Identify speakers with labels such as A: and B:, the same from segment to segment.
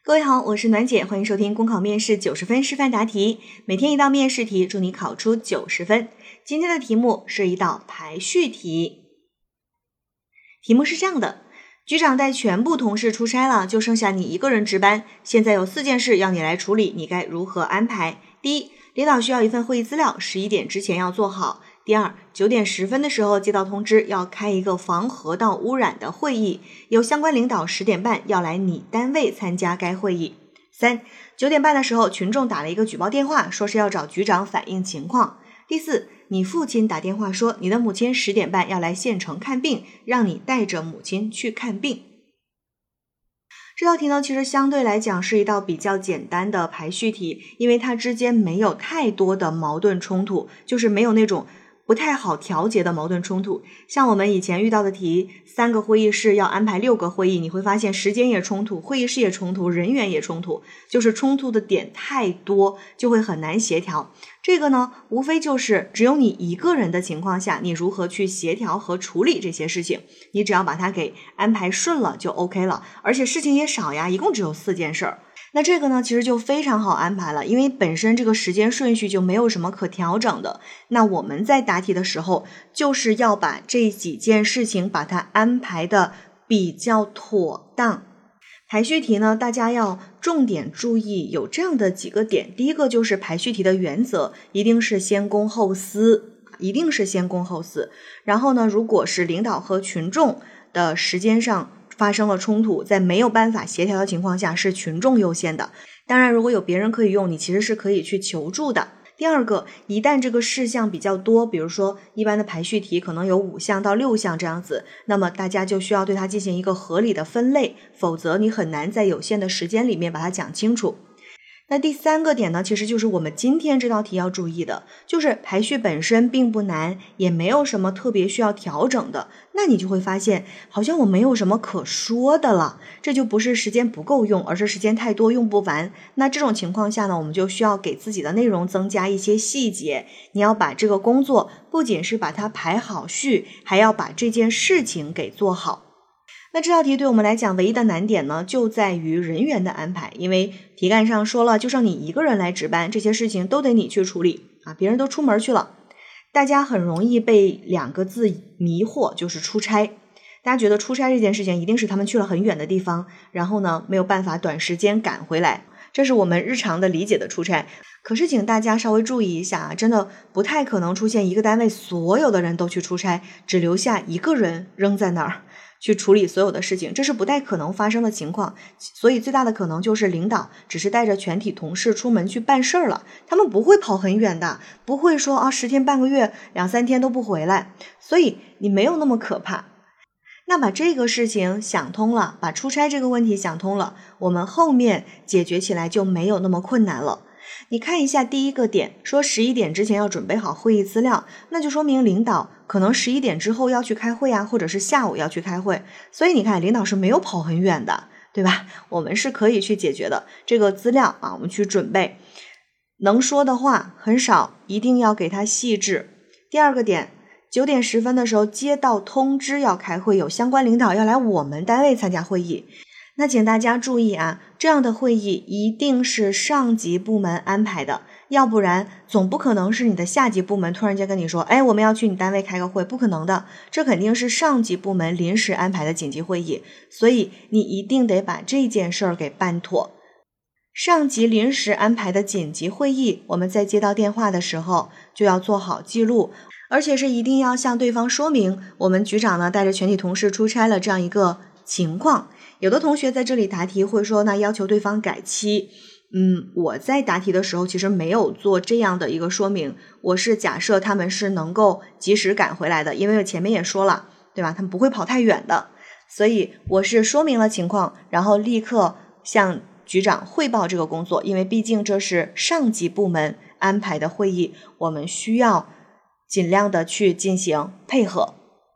A: 各位好，我是暖姐，欢迎收听公考面试90分示范答题，每天一道面试题，祝你考出90分。今天的题目是一道排序题，题目是这样的：局长带全部同事出差了，就剩下你一个人值班，现在有4件事要你来处理，你该如何安排？第一，领导需要一份会议资料，11点之前要做好。第二，9点10分的时候接到通知，要开一个防河道污染的会议，有相关领导10点半要来你单位参加该会议。3， 9点半的时候，群众打了一个举报电话，说是要找局长反映情况。第4，你父亲打电话说你的母亲10点半要来县城看病，让你带着母亲去看病。这道题呢，其实相对来讲是一道比较简单的排序题，因为它之间没有太多的矛盾冲突，就是没有那种不太好调节的矛盾冲突。像我们以前遇到的题，3个会议室要安排6个会议，你会发现时间也冲突，会议室也冲突，人员也冲突，就是冲突的点太多，就会很难协调。这个呢，无非就是只有你一个人的情况下，你如何去协调和处理这些事情，你只要把它给安排顺了就 OK 了，而且事情也少呀，一共只有4件事儿。那这个呢，其实就非常好安排了，因为本身这个时间顺序就没有什么可调整的。那我们在答题的时候，就是要把这几件事情把它安排的比较妥当。排序题呢，大家要重点注意有这样的几个点。第一个就是排序题的原则，一定是先公后私，然后呢，如果是领导和群众的时间上发生了冲突，在没有办法协调的情况下，是群众优先的。当然，如果有别人可以用，你其实是可以去求助的。第二个，一旦这个事项比较多，比如说一般的排序题可能有5项到6项这样子，那么大家就需要对它进行一个合理的分类，否则你很难在有限的时间里面把它讲清楚。那第3个点呢，其实就是我们今天这道题要注意的，就是排序本身并不难，也没有什么特别需要调整的，那你就会发现好像我没有什么可说的了，这就不是时间不够用，而是时间太多用不完。那这种情况下呢，我们就需要给自己的内容增加一些细节，你要把这个工作不仅是把它排好序，还要把这件事情给做好。那这道题对我们来讲唯一的难点呢，就在于人员的安排，因为题干上说了，就剩你一个人来值班，这些事情都得你去处理啊，别人都出门去了。大家很容易被2个字迷惑，就是出差。大家觉得出差这件事情一定是他们去了很远的地方，然后呢没有办法短时间赶回来，这是我们日常的理解的出差。可是请大家稍微注意一下啊，真的不太可能出现一个单位所有的人都去出差，只留下一个人扔在那儿去处理所有的事情，这是不太可能发生的情况。所以最大的可能就是领导只是带着全体同事出门去办事儿了，他们不会跑很远的，不会说10天半个月2、3天都不回来，所以你没有那么可怕。那把这个事情想通了，把出差这个问题想通了，我们后面解决起来就没有那么困难了。你看一下第一个点，说11点之前要准备好会议资料，那就说明领导可能11点之后要去开会啊，或者是下午要去开会，所以你看领导是没有跑很远的，对吧？我们是可以去解决的。这个资料啊，我们去准备，能说的话很少，一定要给它细致。第二个点，9点10分的时候接到通知要开会，有相关领导要来我们单位参加会议。那请大家注意啊，这样的会议一定是上级部门安排的，要不然总不可能是你的下级部门突然间跟你说，我们要去你单位开个会，不可能的，这肯定是上级部门临时安排的紧急会议，所以你一定得把这件事儿给办妥。上级临时安排的紧急会议，我们在接到电话的时候就要做好记录，而且是一定要向对方说明我们局长呢带着全体同事出差了这样一个情况。有的同学在这里答题会说，那要求对方改期。我在答题的时候其实没有做这样的一个说明，我是假设他们是能够及时赶回来的，因为前面也说了，对吧？他们不会跑太远的，所以我是说明了情况，然后立刻向局长汇报这个工作，因为毕竟这是上级部门安排的会议，我们需要尽量的去进行配合。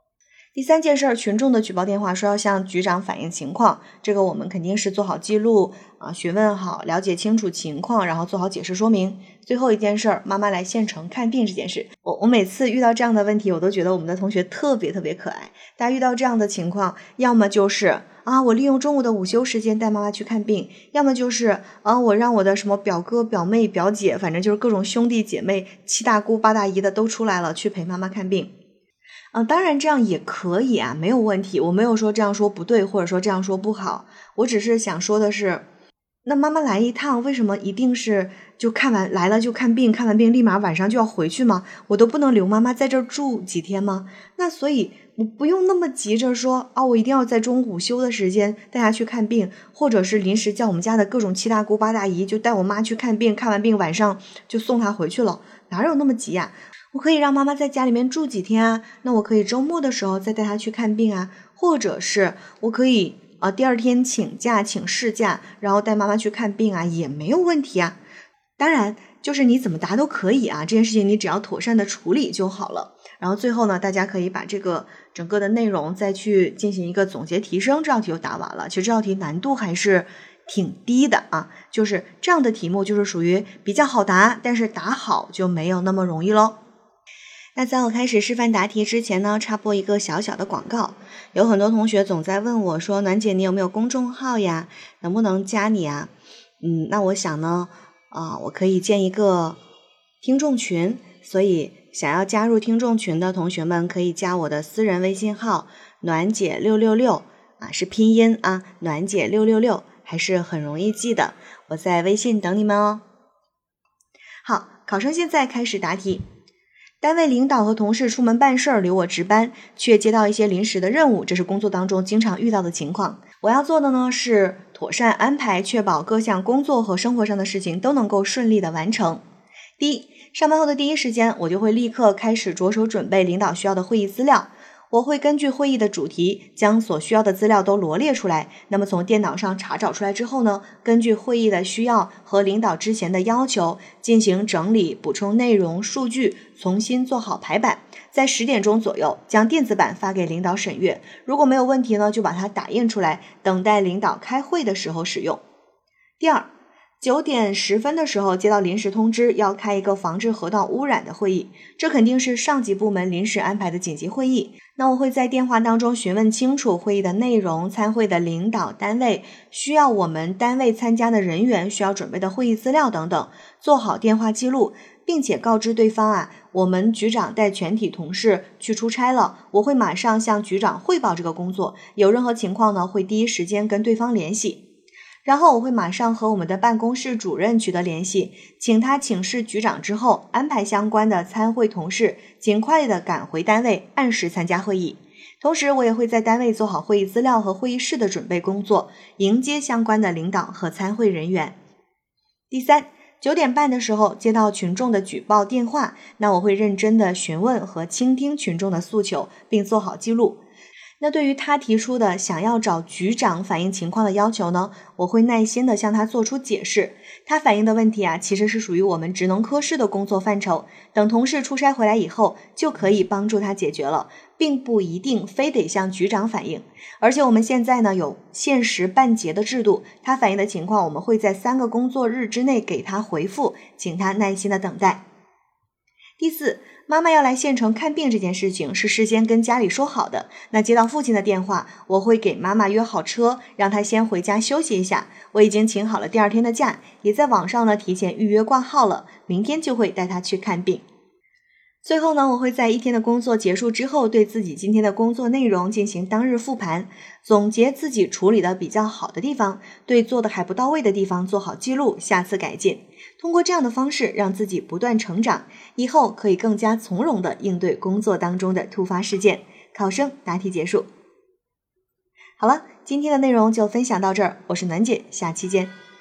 A: 第三件事，群众的举报电话说要向局长反映情况，这个我们肯定是做好记录询问好，了解清楚情况，然后做好解释说明。最后一件事，妈妈来县城看病这件事，我每次遇到这样的问题，我都觉得我们的同学特别可爱。大家遇到这样的情况，要么就是我利用中午的午休时间带妈妈去看病，要么就是我让我的什么表哥表妹表姐，反正就是各种兄弟姐妹七大姑八大姨的都出来了，去陪妈妈看病。当然这样也可以没有问题，我没有说这样说不对，或者说这样说不好，我只是想说的是，那妈妈来一趟，为什么一定是就来了就看病，看完病立马晚上就要回去吗？我都不能留妈妈在这儿住几天吗？那所以我不用那么急着说我一定要在中午午休的时间带她去看病，或者是临时叫我们家的各种七大姑八大姨就带我妈去看病，看完病晚上就送她回去了，哪有那么急呀？我可以让妈妈在家里面住几天那我可以周末的时候再带她去看病或者是我可以第二天请假请事假，然后带妈妈去看病也没有问题当然就是你怎么答都可以这件事情你只要妥善的处理就好了。然后最后呢，大家可以把这个整个的内容再去进行一个总结提升，这道题就答完了。其实这道题难度还是挺低的就是这样的题目就是属于比较好答，但是答好就没有那么容易咯。那在我开始示范答题之前呢，插播一个小小的广告。有很多同学总在问我说，暖姐你有没有公众号呀？能不能加你那我想呢我可以建一个听众群，所以想要加入听众群的同学们可以加我的私人微信号暖姐666是拼音暖姐666，还是很容易记的，我在微信等你们哦。好，考生现在开始答题。单位领导和同事出门办事留我值班，却接到一些临时的任务，这是工作当中经常遇到的情况。我要做的呢是妥善安排，确保各项工作和生活上的事情都能够顺利的完成。第一，上班后的第一时间，我就会立刻开始着手准备领导需要的会议资料。我会根据会议的主题将所需要的资料都罗列出来，那么从电脑上查找出来之后呢，根据会议的需要和领导之前的要求进行整理，补充内容数据，重新做好排版，在10点钟左右将电子版发给领导审阅，如果没有问题呢，就把它打印出来，等待领导开会的时候使用。第二，9点10分的时候接到临时通知，要开一个防治河道污染的会议，这肯定是上级部门临时安排的紧急会议。那我会在电话当中询问清楚会议的内容、参会的领导单位、需要我们单位参加的人员需要准备的会议资料等等，做好电话记录，并且告知对方我们局长带全体同事去出差了，我会马上向局长汇报这个工作，有任何情况呢，会第一时间跟对方联系。然后我会马上和我们的办公室主任取得联系，请他请示局长之后，安排相关的参会同事尽快的赶回单位，按时参加会议。同时我也会在单位做好会议资料和会议室的准备工作，迎接相关的领导和参会人员。第三，9点半的时候接到群众的举报电话，那我会认真的询问和倾听群众的诉求，并做好记录。那对于他提出的想要找局长反映情况的要求呢，我会耐心的向他做出解释。他反映的问题其实是属于我们职能科室的工作范畴，等同事出差回来以后就可以帮助他解决了，并不一定非得向局长反映。而且我们现在呢有限时办结的制度，他反映的情况我们会在3个工作日之内给他回复，请他耐心的等待。第四，妈妈要来县城看病这件事情是事先跟家里说好的，那接到父亲的电话，我会给妈妈约好车，让她先回家休息一下。我已经请好了第2天的假，也在网上呢提前预约挂号了，明天就会带她去看病。最后呢，我会在1天的工作结束之后，对自己今天的工作内容进行当日复盘，总结自己处理的比较好的地方，对做的还不到位的地方做好记录，下次改进。通过这样的方式让自己不断成长，以后可以更加从容地应对工作当中的突发事件。考生答题结束。好了，今天的内容就分享到这儿，我是暖姐，下期见。